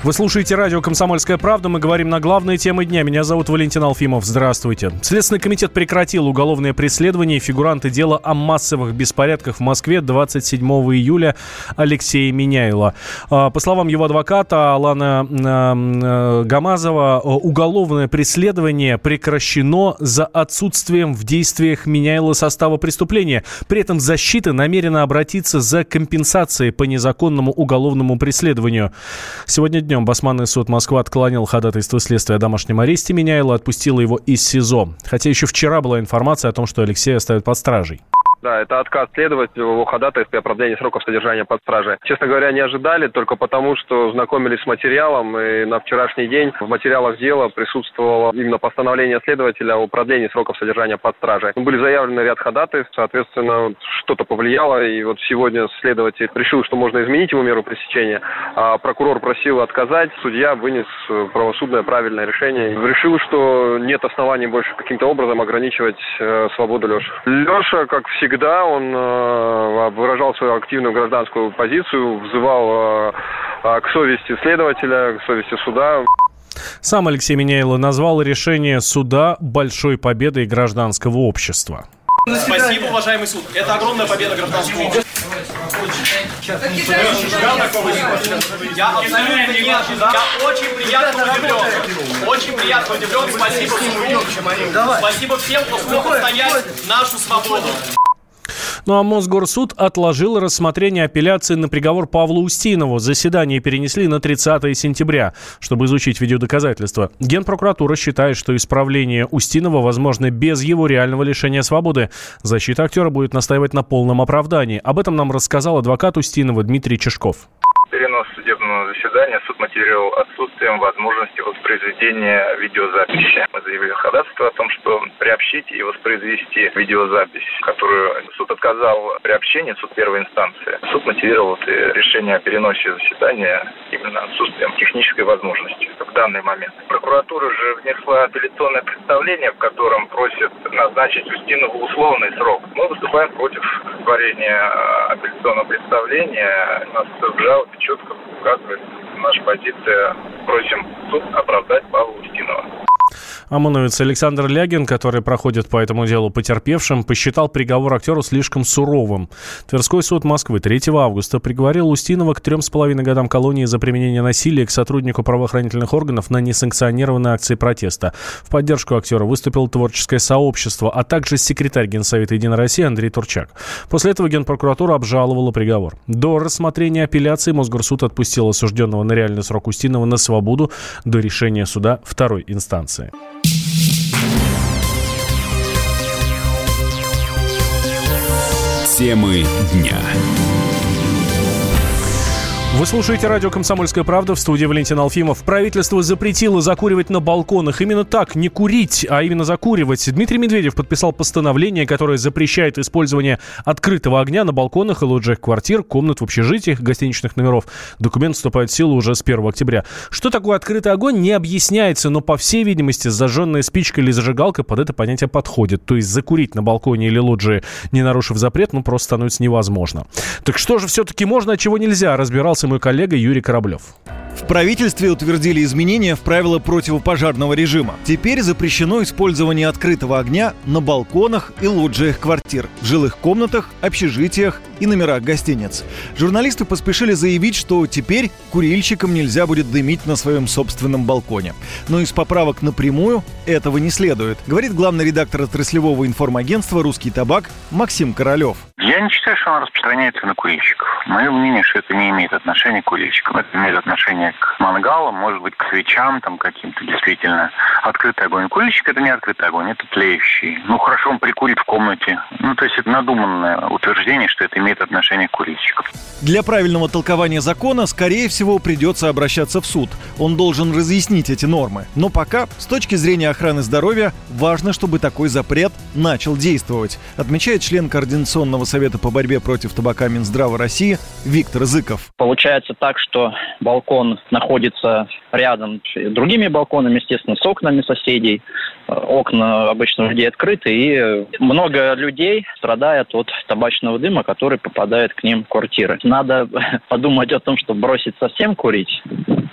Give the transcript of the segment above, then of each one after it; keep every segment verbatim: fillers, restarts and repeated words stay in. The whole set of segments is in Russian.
Вы слушаете радио «Комсомольская правда». Мы говорим на главные темы дня. Меня зовут Валентин Алфимов. Здравствуйте. Следственный комитет прекратил уголовное преследование фигуранта дела о массовых беспорядках в Москве двадцать седьмого июля Алексея Миняйла. По словам его адвоката Алана Гамазова, уголовное преследование прекращено за отсутствием в действиях Миняйла состава преступления. При этом защита намерена обратиться за компенсацией по незаконному уголовному преследованию. Сегодня днем Басманный суд Москвы отклонил ходатайство следствия о домашнем аресте Миняйла, отпустила его из СИЗО. Хотя еще вчера была информация о том, что Алексея оставят под стражей. Да, это отказ следователя в его ходатайстве о продлении сроков содержания под стражей. Честно говоря, не ожидали, только потому, что знакомились с материалом, и на вчерашний день в материалах дела присутствовало именно постановление следователя о продлении сроков содержания под стражей. Были заявлены ряд ходатайств, соответственно, что-то повлияло, и вот сегодня следователь решил, что можно изменить его меру пресечения, а прокурор просил отказать, судья вынес правосудное правильное решение. Решил, что нет оснований больше каким-то образом ограничивать э, свободу Леши. Леша, как всегда, Всегда он э, выражал свою активную гражданскую позицию, взывал э, к совести следователя, к совести суда. Сам Алексей Миняйло назвал решение суда большой победой гражданского общества. Спасибо, уважаемый суд. Это огромная победа гражданского общества. Я абсолютно не ожидал. Я очень приятно удивлен. Очень приятно удивлен. Спасибо суду. Спасибо всем, кто смог отстоять нашу свободу. Ну а Мосгорсуд отложил рассмотрение апелляции на приговор Павлу Устинову. Заседание перенесли на тридцатое сентября, чтобы изучить видеодоказательства. Генпрокуратура считает, что исправление Устинова возможно без его реального лишения свободы. Защита актера будет настаивать на полном оправдании. Об этом нам рассказал адвокат Устинова Дмитрий Чешков. Перенос судебного заседания суд мотивировал отсутствием возможности воспроизведения видеозаписи. Мы заявили ходатайство о том, что приобщить и воспроизвести видеозапись, которую суд отказал при общении, суд первой инстанции. Суд мотивировал это решение о переносе заседания именно отсутствием технической возможности в данный момент. Прокуратура же внесла апелляционное представление, в котором просит назначить Устинову условный срок. Мы выступаем против творения апелляционного представления. У нас в жалобе четко указывает наша позиция. Просим суд оправдать Павла Устинова. ОМОНовец Александр Лягин, который проходит по этому делу потерпевшим, посчитал приговор актеру слишком суровым. Тверской суд Москвы третьего августа приговорил Устинова к трем с половиной годам колонии за применение насилия к сотруднику правоохранительных органов на несанкционированной акции протеста. В поддержку актера выступило творческое сообщество, а также секретарь Генсовета «Единой России» Андрей Турчак. После этого Генпрокуратура обжаловала приговор. До рассмотрения апелляции Мосгорсуд отпустил осужденного на реальный срок Устинова на свободу до решения суда второй инстанции. Темы дня. Вы слушаете радио «Комсомольская правда», в студии Валентин Алфимов. Правительство запретило закуривать на балконах. Именно так, не курить, а именно закуривать. Дмитрий Медведев подписал постановление, которое запрещает использование открытого огня на балконах и лоджиях квартир, комнат в общежитиях, гостиничных номеров. Документ вступает в силу уже с первого октября. Что такое открытый огонь, не объясняется, но, по всей видимости, зажженная спичка или зажигалка под это понятие подходит. То есть закурить на балконе или лоджии, не нарушив запрет, ну, просто становится невозможно. Так что же все-таки можно, а чего нельзя, разбирался мой коллега Юрий Кораблев. В правительстве утвердили изменения в правила противопожарного режима. Теперь запрещено использование открытого огня на балконах и лоджиях квартир, в жилых комнатах, общежитиях и номерах гостиниц. Журналисты поспешили заявить, что теперь курильщикам нельзя будет дымить на своем собственном балконе. Но из поправок напрямую этого не следует, говорит главный редактор отраслевого информагентства «Русский табак» Максим Королев. Я не считаю, что она распространяется на курильщиков. Мое мнение, что это не имеет отношения к курильщикам. Это имеет отношение к мангалам, может быть, к свечам, там каким-то действительно. Открытый огонь. Курильщик — это не открытый огонь, это тлеющий. Ну, хорошо, он прикурит в комнате. Ну, то есть это надуманное утверждение, что это имеет отношение к курильщикам. Для правильного толкования закона, скорее всего, придется обращаться в суд. Он должен разъяснить эти нормы. Но пока, с точки зрения охраны здоровья, важно, чтобы такой запрет начал действовать, отмечает член Координационного совета по борьбе против табака Минздрава России Виктор Зыков. Получается так, что балкон находится рядом с другими балконами, естественно, с окнами соседей. Окна обычно у людей открыты, и много людей страдает от табачного дыма, который попадает к ним в квартиры. Надо подумать о том, чтобы бросить совсем курить,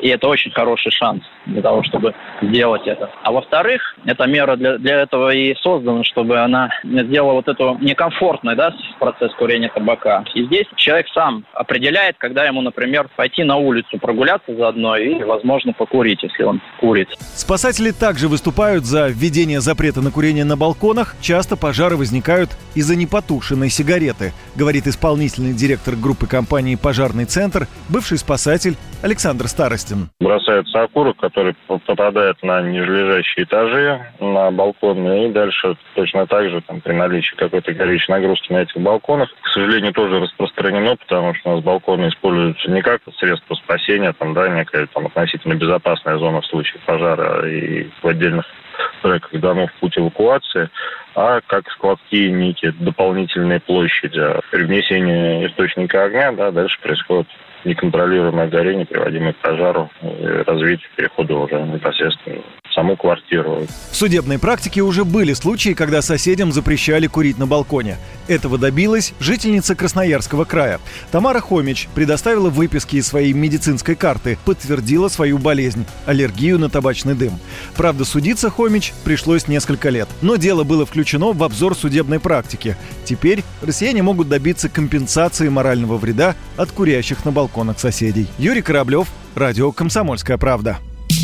И это очень хороший шанс для того, чтобы сделать это. А во-вторых, эта мера для, для этого и создана, чтобы она сделала вот эту некомфортный, да, процесс курения табака. И здесь человек сам определяет, когда ему, например, пойти на улицу прогуляться заодно и, возможно, покурить, если он курит. Спасатели также выступают за введение запрета на курение на балконах. Часто пожары возникают из-за непотушенной сигареты, говорит исполнительный директор группы компании «Пожарный центр», бывший спасатель Александр Старостин. Бросается окурок, который попадает на нижележащие этажи, на балконы, и дальше точно так же там, при наличии какой-то горячей нагрузки на этих балконах, к сожалению, тоже распространено, потому что у нас балконы используются не как средство спасения, там, да, некая там, относительно безопасная зона в случае пожара и в отдельных треках домов в путь эвакуации, а как складские некие дополнительные площади. При внесении источника огня, да, дальше происходит неконтролируемое горение, приводимое к пожару, и развитие перехода уже непосредственно в саму квартиру. В судебной практике уже были случаи, когда соседям запрещали курить на балконе. Этого добилась жительница Красноярского края. Тамара Хомич предоставила выписки из своей медицинской карты, подтвердила свою болезнь – аллергию на табачный дым. Правда, судиться Хомич пришлось несколько лет, но дело было включено в обзор судебной практики. Теперь россияне могут добиться компенсации морального вреда от курящих на балконах соседей. Юрий Кораблев, радио «Комсомольская правда».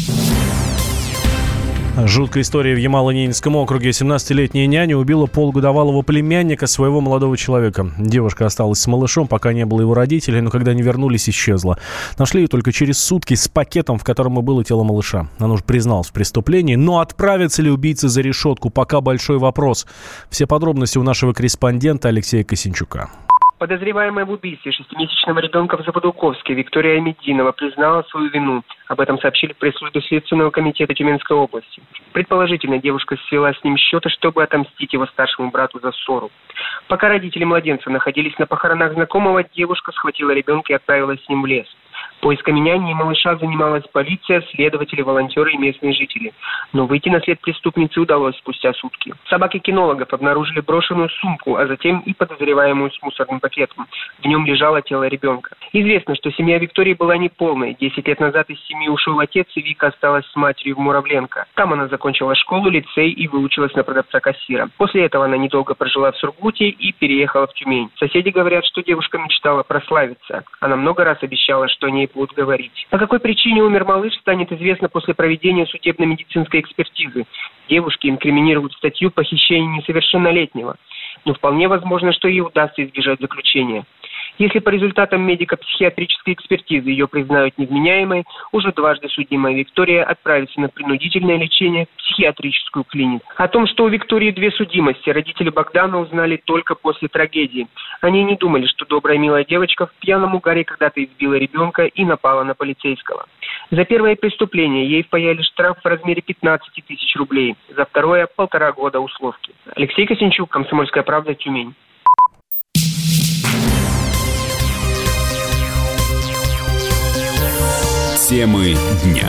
Жуткая история в Ямало-Ненецком округе. семнадцатилетняя няня убила полугодовалого племянника своего молодого человека. Девушка осталась с малышом, пока не было его родителей, но когда они вернулись, исчезла. Нашли ее только через сутки с пакетом, в котором и было тело малыша. Она уже призналась в преступлении, но отправится ли убийца за решетку, пока большой вопрос. Все подробности у нашего корреспондента Алексея Косинчука. Подозреваемая в убийстве шестимесячного ребенка в Западуковске Виктория Амединова признала свою вину. Об этом сообщили в пресс-службе Следственного комитета Тюменской области. Предположительно, девушка свела с ним счеты, чтобы отомстить его старшему брату за ссору. Пока родители младенца находились на похоронах знакомого, девушка схватила ребенка и отправилась с ним в лес. Поисками няни и малыша занималась полиция, следователи, волонтеры и местные жители. Но выйти на след преступницы удалось спустя сутки. Собаки кинологов обнаружили брошенную сумку, а затем и подозреваемую с мусорным пакетом. В нем лежало тело ребенка. Известно, что семья Виктории была неполной. Десять лет назад из семьи ушел отец, и Вика осталась с матерью в Муравленко. Там она закончила школу, лицей и выучилась на продавца-кассира. После этого она недолго прожила в Сургуте и переехала в Тюмень. Соседи говорят, что девушка мечтала прославиться. Она много раз обещала, что о ней будут говорить. По какой причине умер малыш, станет известно после проведения судебно-медицинской экспертизы. Девушке инкриминируют статью похищения несовершеннолетнего. Но вполне возможно, что ей удастся избежать заключения. Если по результатам медико-психиатрической экспертизы ее признают невменяемой, уже дважды судимая Виктория отправится на принудительное лечение в психиатрическую клинику. О том, что у Виктории две судимости, родители Богдана узнали только после трагедии. Они не думали, что добрая милая девочка в пьяном угаре когда-то избила ребенка и напала на полицейского. За первое преступление ей впаяли штраф в размере пятнадцать тысяч рублей. За второе – полтора года условки. Алексей Косинчук, «Комсомольская правда», Тюмень. Темы дня.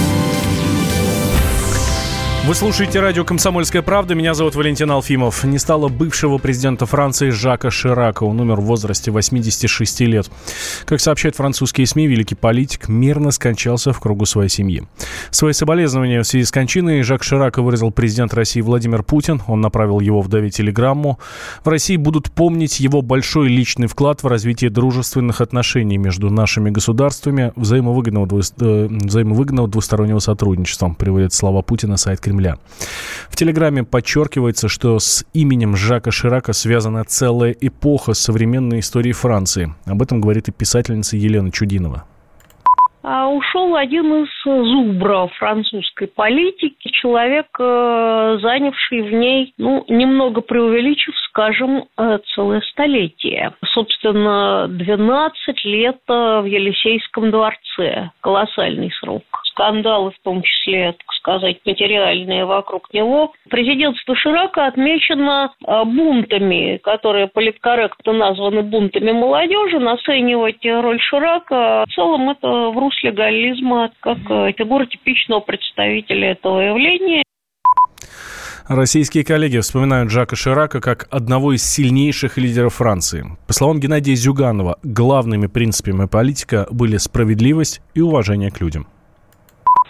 Вы слушаете радио «Комсомольская правда». Меня зовут Валентин Алфимов. Не стало бывшего президента Франции Жака Ширака. Он умер в возрасте восьмидесяти шести лет. Как сообщают французские СМИ, великий политик мирно скончался в кругу своей семьи. Свои соболезнования в связи с кончиной Жак Ширака выразил президент России Владимир Путин. Он направил его вдове телеграмму. В России будут помнить его большой личный вклад в развитие дружественных отношений между нашими государствами, взаимовыгодного, дву... взаимовыгодного двустороннего сотрудничества, приводит слова Путина сайт Кремля. В телеграмме подчеркивается, что с именем Жака Ширака связана целая эпоха современной истории Франции. Об этом говорит и писательница Елена Чудинова. Ушел один из зубров французской политики, человек, занявший в ней, ну, немного преувеличив, скажем, целое столетие. Собственно, двенадцать лет в Елисейском дворце. Колоссальный срок. Скандалы, в том числе, так сказать, материальные вокруг него. Президентство Ширака отмечено бунтами, которые политкорректно названы бунтами молодежи. Оценивать роль Ширака в целом это в русле галлизма, как фигура типичного представителя этого явления. Российские коллеги вспоминают Жака Ширака как одного из сильнейших лидеров Франции. По словам Геннадия Зюганова, главными принципами политика были справедливость и уважение к людям.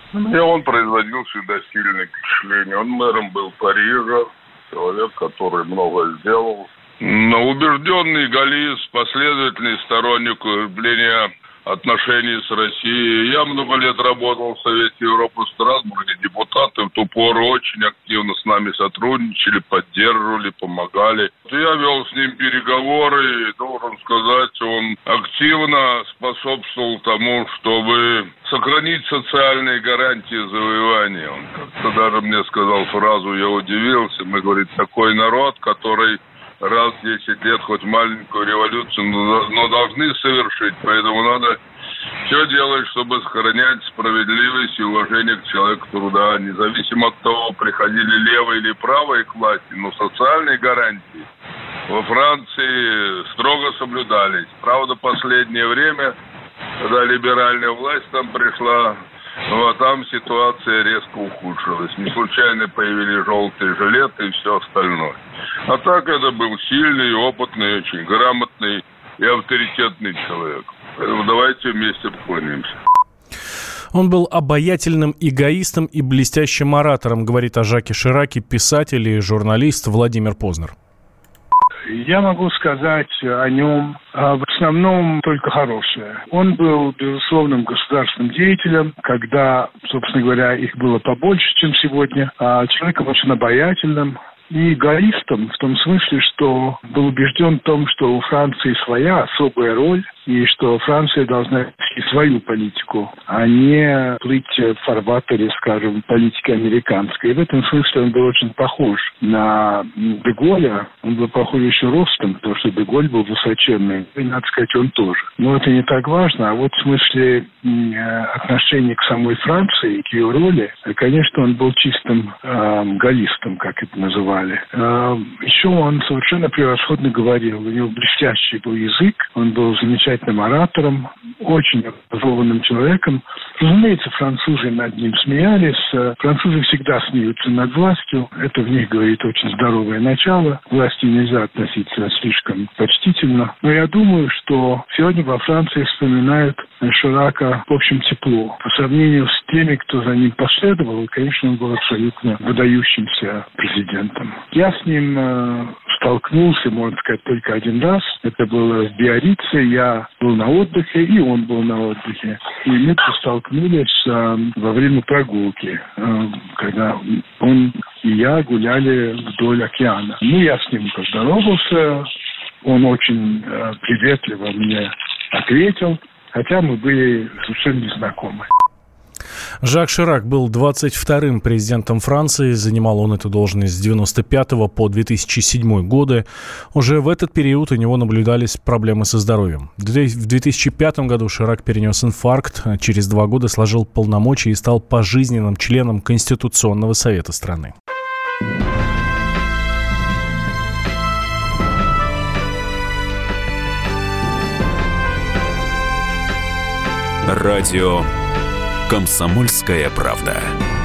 И он производил всегда сильное впечатление. Он мэром был Парижа, человек, который много сделал. Но убежденный галлист, последовательный сторонник укрепления отношений с Россией. Я много лет работал в Совете Европы в Страсбурге. Депутаты в ту пору очень активно с нами сотрудничали, поддерживали, помогали. Я вел с ним переговоры и, должен сказать, он активно способствовал тому, чтобы сохранить социальные гарантии завоевания. Он как-то даже мне сказал фразу, я удивился. Мы, говорит, такой народ, который раз в десять лет хоть маленькую революцию, но, но должны совершить. Поэтому надо все делать, чтобы сохранять справедливость и уважение к человеку труда. Независимо от того, приходили левые или правые к власти, но социальные гарантии во Франции строго соблюдались. Правда, последнее время, когда либеральная власть там пришла, ну, а там ситуация резко ухудшилась. Не случайно появились желтые жилеты и все остальное. А так это был сильный, опытный, очень грамотный и авторитетный человек. Поэтому давайте вместе поклонимся. Он был обаятельным эгоистом и блестящим оратором, говорит о Жаке Шираке писатель и журналист Владимир Познер. Я могу сказать о нем в основном только хорошее. Он был безусловным государственным деятелем, когда, собственно говоря, их было побольше, чем сегодня, а человеком очень обаятельным и эгоистом в том смысле, что был убежден в том, что у Франции своя особая роль, и что Франция должна вести свою политику, а не плыть в фарватере, скажем, политики американской. И в этом смысле он был очень похож на де Голля. Он был похож еще ростом, потому что де Голль был высоченный. И, надо сказать, он тоже. Но это не так важно. А вот в смысле отношения к самой Франции, к ее роли, конечно, он был чистым э, галлистом, как это называли. Э, еще он совершенно превосходно говорил. У него блестящий был язык. Он был замечательным оратором, очень образованным человеком. Разумеется, французы над ним смеялись. Французы всегда смеются над властью. Это в них, говорит, очень здоровое начало. К власти нельзя относиться слишком почтительно. Но я думаю, что сегодня во Франции вспоминают Ширака, в общем, тепло. По сравнению с теми, кто за ним последовал, конечно, он был абсолютно выдающимся президентом. Я с ним э, столкнулся, можно сказать, только один раз. Это было в Биаррице. Я был на отдыхе, и он был на отдыхе. И мы столкнулись э, во время прогулки, э, когда он и я гуляли вдоль океана. Ну, я с ним поздоровался. Он очень э, приветливо мне ответил, хотя мы были совершенно незнакомы. Жак Ширак был двадцать вторым президентом Франции. Занимал он эту должность с девяносто пятого по две тысячи седьмой годы. Уже в этот период у него наблюдались проблемы со здоровьем. В две тысячи пятом году Ширак перенес инфаркт. Через два года сложил полномочия и стал пожизненным членом Конституционного совета страны. Радио «Комсомольская правда».